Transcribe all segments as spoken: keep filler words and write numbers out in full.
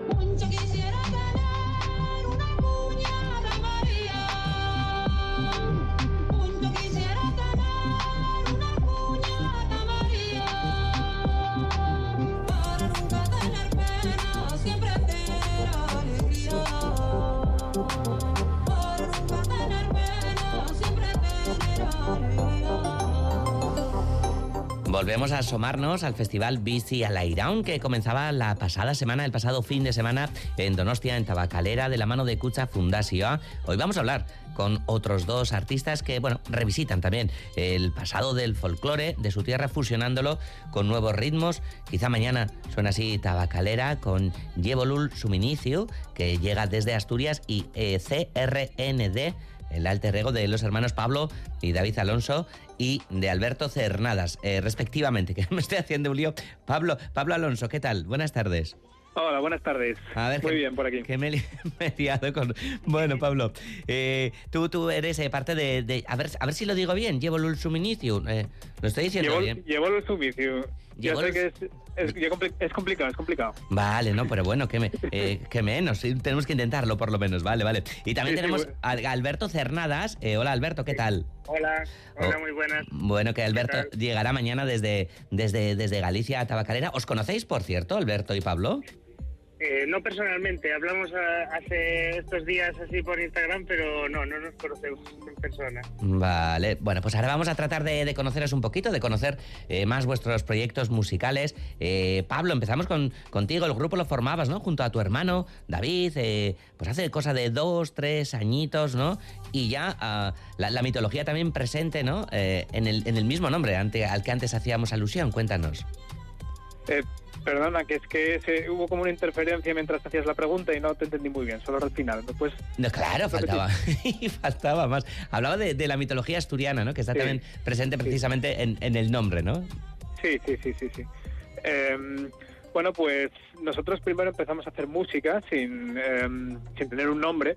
Mucho quisiera tener una cuñada María. Mucho quisiera tener una cuñada María. Para nunca tener pena, siempre tener alegría. Para nunca tener pena, siempre tener alegría. Volvemos a asomarnos al festival Bizi Alairaun, que comenzaba la pasada semana, el pasado fin de semana, en Donostia, en Tabacalera, de la mano de Kutxa Fundazioa. Hoy vamos a hablar con otros dos artistas que, bueno, revisitan también el pasado del folclore de su tierra, fusionándolo con nuevos ritmos. Quizá mañana suena así Tabacalera con Yebolul Suminicio, que llega desde Asturias, y eh, C R N D, el alter ego de los hermanos Pablo y David Alonso y de Alberto Cernadas, eh, respectivamente, que me estoy haciendo un lío. Pablo, Pablo Alonso, ¿qué tal? Buenas tardes. Hola, buenas tardes. A ver, Muy que, bien, por aquí. Que me, he, me he liado con... Bueno, Pablo, eh, tú, tú eres eh, parte de, de... A ver, a ver si lo digo bien, llevo el suministro. Eh, lo estoy diciendo llevo, bien. Llevo el suministro. Ya sé que es, es, es complicado, es complicado. Vale, no, pero bueno, que, me, eh, que menos. Tenemos que intentarlo, por lo menos. Vale, vale. Y también sí, tenemos sí, bueno. a Alberto Cernadas. Eh, hola, Alberto, ¿qué tal? Hola, hola, oh, muy buenas. Bueno, que Alberto llegará mañana desde, desde, desde Galicia a Tabacalera. ¿Os conocéis, por cierto, Alberto y Pablo? Eh, no personalmente, hablamos a, hace estos días así por Instagram, pero no, no nos conocemos en persona. Vale, bueno, pues ahora vamos a tratar de, de conoceros un poquito, de conocer eh, más vuestros proyectos musicales. Eh, Pablo, empezamos con, contigo, el grupo lo formabas, ¿no? Junto a tu hermano, David, eh, pues hace cosa de dos, tres añitos, ¿no? Y ya uh, la, la mitología también presente, ¿no? Eh, en, el, en el mismo nombre ante, al que antes hacíamos alusión, cuéntanos. Eh... Perdona, que es que se, hubo como una interferencia mientras hacías la pregunta y no te entendí muy bien, solo al final. Pues, no, claro, faltaba, faltaba más. Hablaba de, de la mitología asturiana, ¿no? Que está sí, también presente precisamente sí. en, en el nombre, ¿no? Sí, sí, sí, sí, sí. Eh, bueno, pues nosotros primero empezamos a hacer música sin, eh, sin tener un nombre,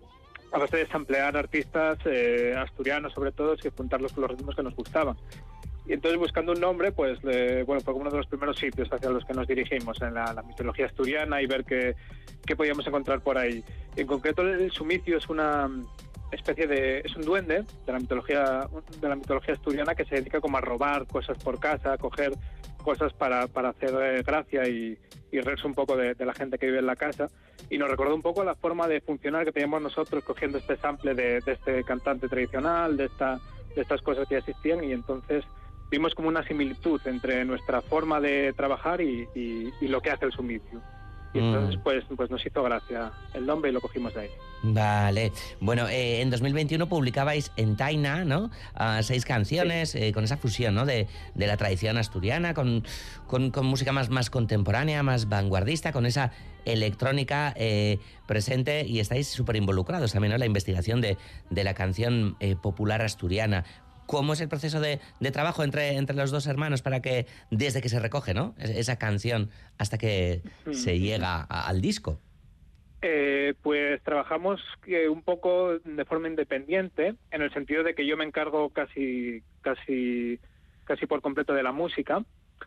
a base de samplear artistas eh, asturianos, sobre todo, y juntarlos con los ritmos que nos gustaban. Y entonces, buscando un nombre, pues eh, bueno, fue uno de los primeros sitios hacia los que nos dirigimos, en la, la mitología asturiana, y ver qué, qué podíamos encontrar por ahí. En concreto, el Sumicio es una especie de... es un duende de la mitología de la mitología asturiana que se dedica como a robar cosas por casa, a coger cosas para, para hacer eh, gracia y, y reírse un poco de, de la gente que vive en la casa. Y nos recordó un poco la forma de funcionar que teníamos nosotros, cogiendo este sample de, de este cantante tradicional, de, esta, de estas cosas que ya existían, y entonces vimos como una similitud entre nuestra forma de trabajar y, y, y lo que hace el Sumicio. Y entonces mm. pues, pues nos hizo gracia el nombre y lo cogimos de ahí. Vale. Bueno, eh, en dos mil veintiuno publicabais en Taina, ¿no? Uh, seis canciones, sí. eh, con esa fusión, ¿no? De, de la tradición asturiana, con, con, con música más, más contemporánea, más vanguardista, con esa electrónica eh, presente, y estáis súper involucrados también, ¿no? En la investigación de, de la canción eh, popular asturiana. ¿Cómo es el proceso de, de trabajo entre, entre los dos hermanos para que, desde que se recoge, ¿no? esa canción hasta que se llega a, al disco? Eh, pues trabajamos eh, un poco de forma independiente, en el sentido de que yo me encargo casi casi casi por completo de la música,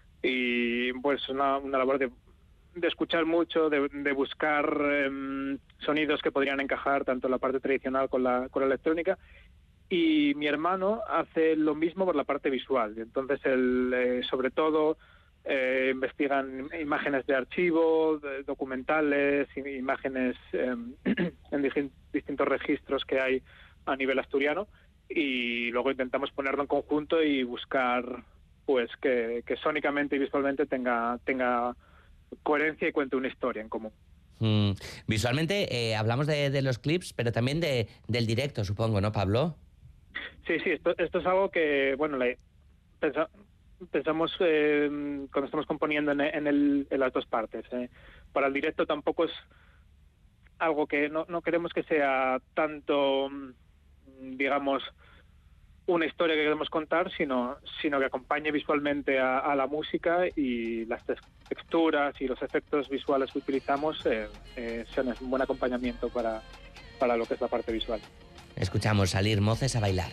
y pues una, una labor de, de escuchar mucho, de, de buscar eh, sonidos que podrían encajar tanto en la parte tradicional con la, con la electrónica. Y mi hermano hace lo mismo por la parte visual. Entonces, él, eh, sobre todo, eh, investigan imágenes de archivo, de documentales, imágenes eh, en distintos registros que hay a nivel asturiano, y luego intentamos ponerlo en conjunto y buscar pues que, que sónicamente y visualmente tenga, tenga coherencia y cuente una historia en común. Mm, visualmente eh, hablamos de, de los clips, pero también de, del directo, supongo, ¿no, Pablo? Sí, sí, esto, esto es algo que, bueno, la, pensa, pensamos eh, cuando estamos componiendo en, en, el, en las dos partes. Eh. Para el directo tampoco es algo que no, no queremos que sea tanto, digamos, una historia que queremos contar, sino, sino que acompañe visualmente a, a la música, y las texturas y los efectos visuales que utilizamos eh, eh, sean un buen acompañamiento para, para lo que es la parte visual. Escuchamos Salir moces a bailar.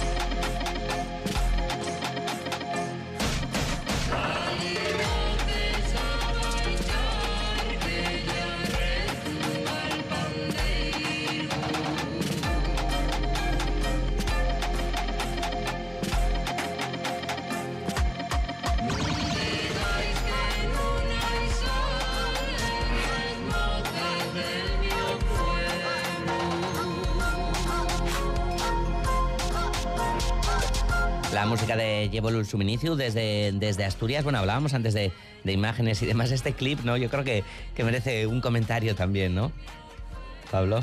Salir moces La música de Yevolu Suminiciu desde, desde Asturias. Bueno, hablábamos antes de, de imágenes y demás. Este clip, ¿no? Yo creo que, que merece un comentario también, ¿no? Pablo.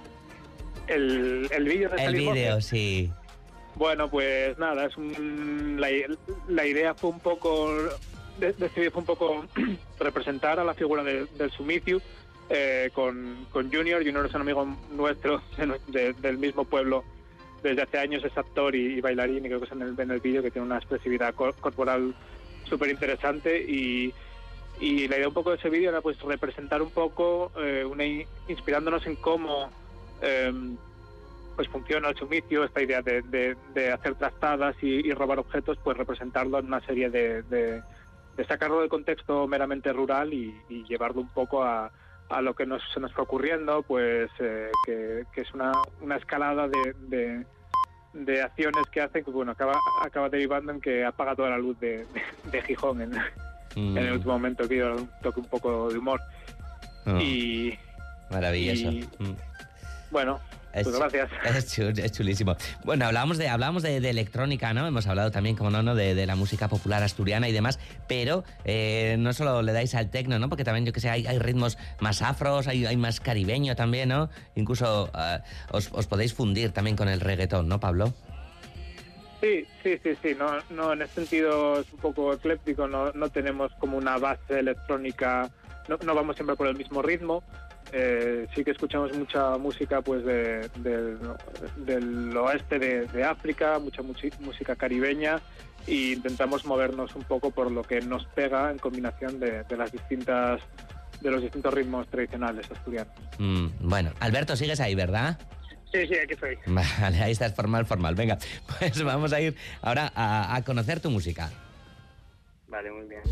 El, el vídeo de El Salir vídeo, Voces. sí. Bueno, pues nada, es un, la, la idea fue un poco, de, de este vídeo fue un poco representar a la figura de, del Sumiciu eh, con, con Junior. Junior es un amigo nuestro de, de, del mismo pueblo desde hace años, es actor y, y bailarín, y creo que es en el, en el vídeo que tiene una expresividad cor, corporal súper interesante, y, y la idea un poco de ese vídeo era pues representar un poco, eh, una, inspirándonos en cómo eh, pues funciona el sumicio, esta idea de, de, de hacer trastadas y, y robar objetos, pues representarlo en una serie de, de, de sacarlo del contexto meramente rural y, y llevarlo un poco a, a lo que nos, se nos fue ocurriendo, pues eh, que, que es una, una escalada de, de, de acciones que hacen que bueno acaba, acaba derivando en que apaga toda la luz de, de, de Gijón en, mm. en el último momento. El vídeo un toque un poco de humor. Oh. Y maravilloso. Y, mm. Bueno, Es, pues gracias. Es, chul, es chulísimo. Bueno, hablábamos de hablábamos de, de electrónica, ¿no? Hemos hablado también, como no, no de, de la música popular asturiana y demás, pero eh, no solo le dais al tecno, ¿no? Porque también, yo que sé, hay, hay ritmos más afros, hay, hay más caribeño también, ¿no? Incluso uh, os, os podéis fundir también con el reggaetón, ¿no, Pablo? Sí, sí, sí, sí. No, no, en ese sentido es un poco ecléptico, no, no tenemos como una base electrónica, no, no vamos siempre por el mismo ritmo. Eh, sí que escuchamos mucha música pues de, de, del oeste de, de África, mucha música caribeña, e intentamos movernos un poco por lo que nos pega en combinación de, de las distintas de los distintos ritmos tradicionales asturianos. Mm, bueno, Alberto, sigues ahí, ¿verdad? Sí, sí, aquí estoy. Vale, ahí estás, formal, formal. Venga, pues vamos a ir ahora a, a conocer tu música. Vale, muy bien.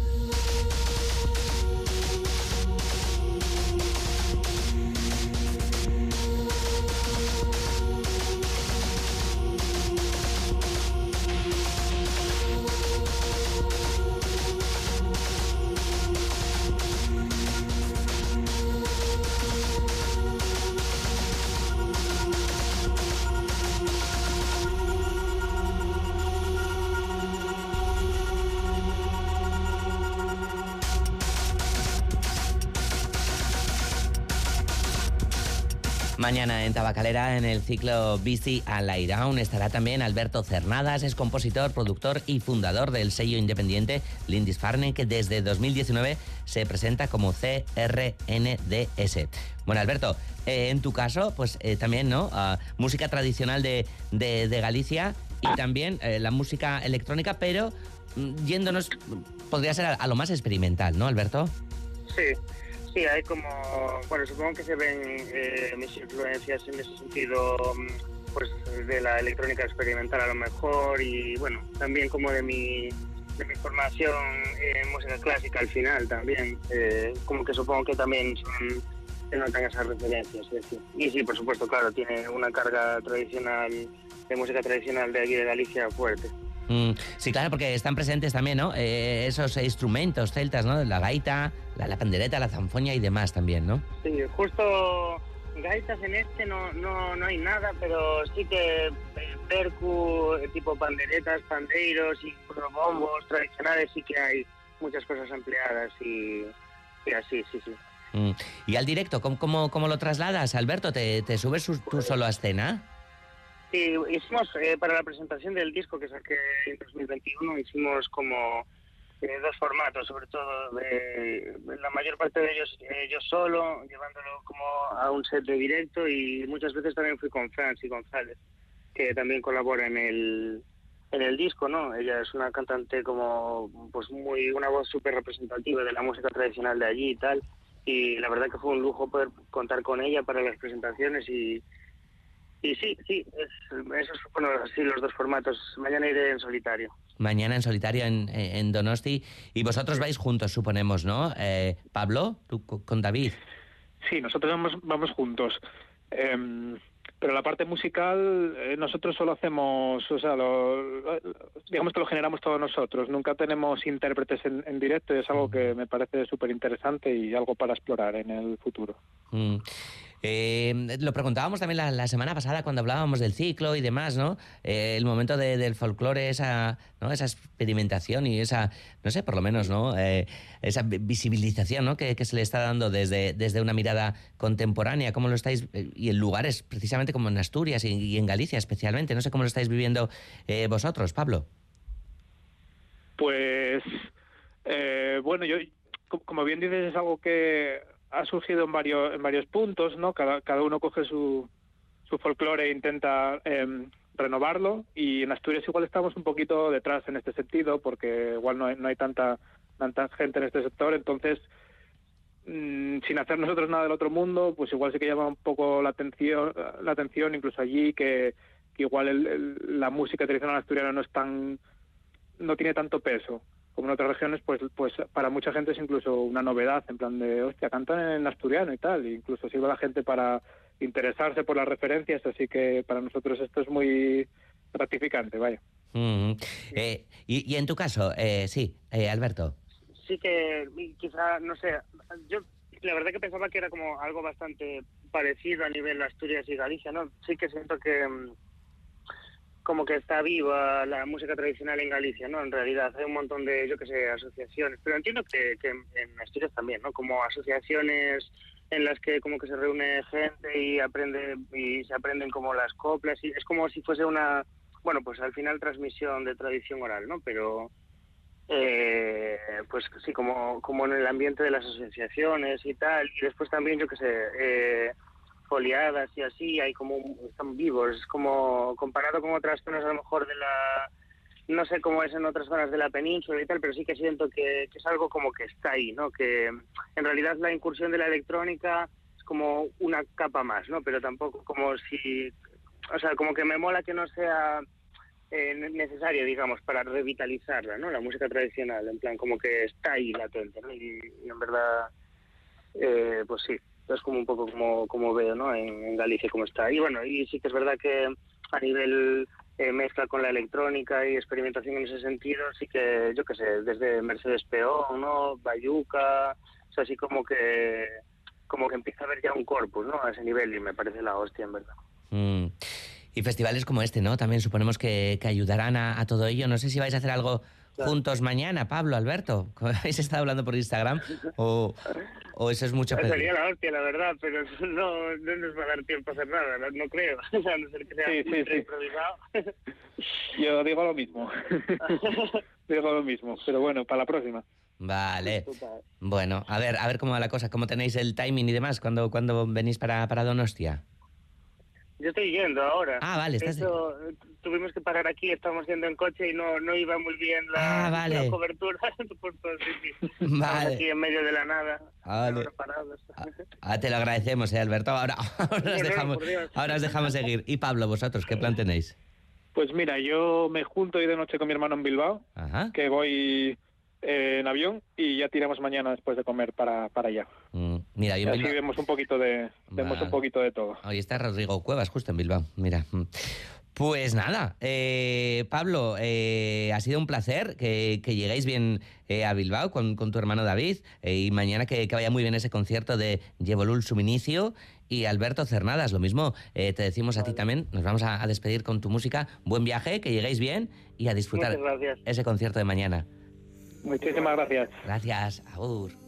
Mañana en Tabacalera, en el ciclo Bici al Airaun, estará también Alberto Cernadas. Es compositor, productor y fundador del sello independiente Lindisfarne, que desde dos mil diecinueve se presenta como C R N D S. Bueno, Alberto, eh, en tu caso, pues eh, también, ¿no? Uh, música tradicional de, de, de Galicia y también eh, la música electrónica, pero mm, yéndonos, podría ser a, a lo más experimental, ¿no, Alberto? Sí. Sí, hay como, bueno, supongo que se ven eh, mis influencias en ese sentido, pues de la electrónica experimental a lo mejor, y bueno, también como de mi, de mi formación en música clásica al final también, eh, como que supongo que también son, se notan esas referencias, es decir. Y sí, por supuesto, claro, tiene una carga tradicional, de música tradicional de aquí de Galicia fuerte. Mm, sí, claro, porque están presentes también, ¿no? Eh, esos instrumentos celtas, ¿no? La gaita, la, la pandereta, la zanfoña y demás también, ¿no? Sí, justo gaitas en este no no no hay nada, pero sí que percu, tipo panderetas, pandeiros y bombos tradicionales sí que hay muchas cosas empleadas y, y así, sí, sí. Mm. ¿Y al directo, cómo, cómo, cómo lo trasladas, Alberto? ¿Te, te subes tú solo a escena? Sí, hicimos eh, para la presentación del disco que saqué en dos mil veintiuno, hicimos como eh, dos formatos, sobre todo de, de la mayor parte de ellos eh, yo solo, llevándolo como a un set de directo, y muchas veces también fui con Franci González, que también colabora en el en el disco, ¿no? Ella es una cantante como, pues muy, una voz súper representativa de la música tradicional de allí y tal, y la verdad que fue un lujo poder contar con ella para las presentaciones. y Y sí, sí, es, esos fueron así los dos formatos. Mañana iré en solitario. Mañana en solitario en, en Donosti. Y vosotros vais juntos, suponemos, ¿no? Eh, Pablo, tú con David. Sí, nosotros vamos, vamos juntos. Eh, pero la parte musical, eh, nosotros solo hacemos, o sea, lo, lo, digamos que lo generamos todos nosotros. Nunca tenemos intérpretes en, en directo, y es algo que me parece súper interesante y algo para explorar en el futuro. Mm. Eh, lo preguntábamos también la, la semana pasada cuando hablábamos del ciclo y demás, ¿no? Eh, el momento de- del folclore, esa, ¿no? Esa experimentación y esa, no sé, por lo menos, ¿no? Eh, esa vi- visibilización, ¿no? Que, que se le está dando desde, desde una mirada contemporánea. ¿Cómo lo estáis? eh, Y en lugares precisamente como en Asturias y, y en Galicia especialmente. No sé cómo lo estáis viviendo eh, vosotros, Pablo. Pues, eh, bueno, yo, co- como bien dices, es algo que ha surgido en varios, en varios puntos, ¿no? Cada, cada uno coge su, su folclore e intenta em, renovarlo, y en Asturias igual estamos un poquito detrás en este sentido, porque igual no hay, no hay tanta, tanta gente en este sector, entonces, mm, sin hacer nosotros nada del otro mundo, pues igual sí que llama un poco la atención, la atención incluso allí, que, que igual el- el- la música tradicional asturiana no es tan, no tiene tanto peso como en otras regiones. Pues pues para mucha gente es incluso una novedad, en plan de, hostia, cantan en asturiano y tal, e incluso sirve a la gente para interesarse por las referencias, así que para nosotros esto es muy gratificante, vaya. Mm. Eh, y, y en tu caso, eh, sí, eh, Alberto. Sí que quizá, no sé, yo la verdad que pensaba que era como algo bastante parecido a nivel Asturias y Galicia, ¿no? Sí que siento que mm, como que está viva la música tradicional en Galicia, ¿no? En realidad hay un montón de, yo qué sé, asociaciones, pero entiendo que, que en, en Asturias también, ¿no? Como asociaciones en las que como que se reúne gente y aprende y se aprenden como las coplas, y es como si fuese una, bueno, pues al final transmisión de tradición oral, ¿no? Pero eh, pues sí, como, como en el ambiente de las asociaciones y tal, y después también, yo qué sé, eh, foliadas y así, hay como, están vivos, es como comparado con otras zonas a lo mejor de la, no sé cómo es en otras zonas de la península y tal, pero sí que siento que, que es algo como que está ahí, ¿no? Que en realidad la incursión de la electrónica es como una capa más, ¿no? Pero tampoco como si, o sea, como que me mola que no sea eh, necesario, digamos, para revitalizarla, ¿no? La música tradicional, en plan, como que está ahí latente, ¿no? Y, y en verdad, eh, pues sí, es como un poco como, como veo, ¿no? En, en Galicia como está. Y bueno, y sí que es verdad que a nivel eh, mezcla con la electrónica y experimentación en ese sentido, sí que, yo qué sé, desde Mercedes Peón, ¿no? Bayuca, o sea, así como que como que empieza a haber ya un corpus, ¿no? A ese nivel, y me parece la hostia, en verdad. Mm. Y festivales como este, ¿no? También suponemos que, que ayudarán a, a todo ello. No sé si vais a hacer algo Claro. juntos mañana, Pablo, Alberto. ¿Habéis estado hablando por Instagram? ¿O, o eso es mucho pedir? Sería la hostia, la verdad, pero no, no nos va a dar tiempo a hacer nada, no, no creo. O sea, a no ser que sea Sí, sí, ultra sí. improvisado. Yo digo lo mismo. Digo lo mismo, pero bueno, para la próxima. Vale. Total. Bueno, a ver, a ver cómo va la cosa, cómo tenéis el timing y demás cuando, cuando venís para, para Donostia. Yo estoy yendo ahora. Ah, vale, De estás... hecho, tuvimos que parar aquí, estamos yendo en coche y no, no iba muy bien la, Ah, vale. la cobertura. Por todo el sitio. Estamos Vale. aquí en medio de la nada, Vale. ahora parados. Ah, te lo agradecemos, eh, Alberto. Ahora, ahora, No, os no, dejamos, por Dios. ahora os dejamos seguir. Y Pablo, vosotros, ¿qué plan tenéis? Pues mira, yo me junto hoy de noche con mi hermano en Bilbao, Ajá. que voy eh, en avión, y ya tiramos mañana después de comer para, para allá. Mm, mira, Y yo en así Bilbao... vemos un poquito de vemos Vale. un poquito de todo. Hoy está Rodrigo Cuevas, justo en Bilbao. Mira. mm. Pues nada, eh, Pablo, eh, ha sido un placer que, que lleguéis bien eh, a Bilbao con, con tu hermano David, eh, y mañana que, que vaya muy bien ese concierto de Llevolul Subinicio. Y Alberto Cernadas, lo mismo, eh, te decimos a ti también, nos vamos a, a despedir con tu música. Buen viaje, que lleguéis bien y a disfrutar Muchas gracias. ese concierto de mañana. Muchísimas gracias. Gracias, agur.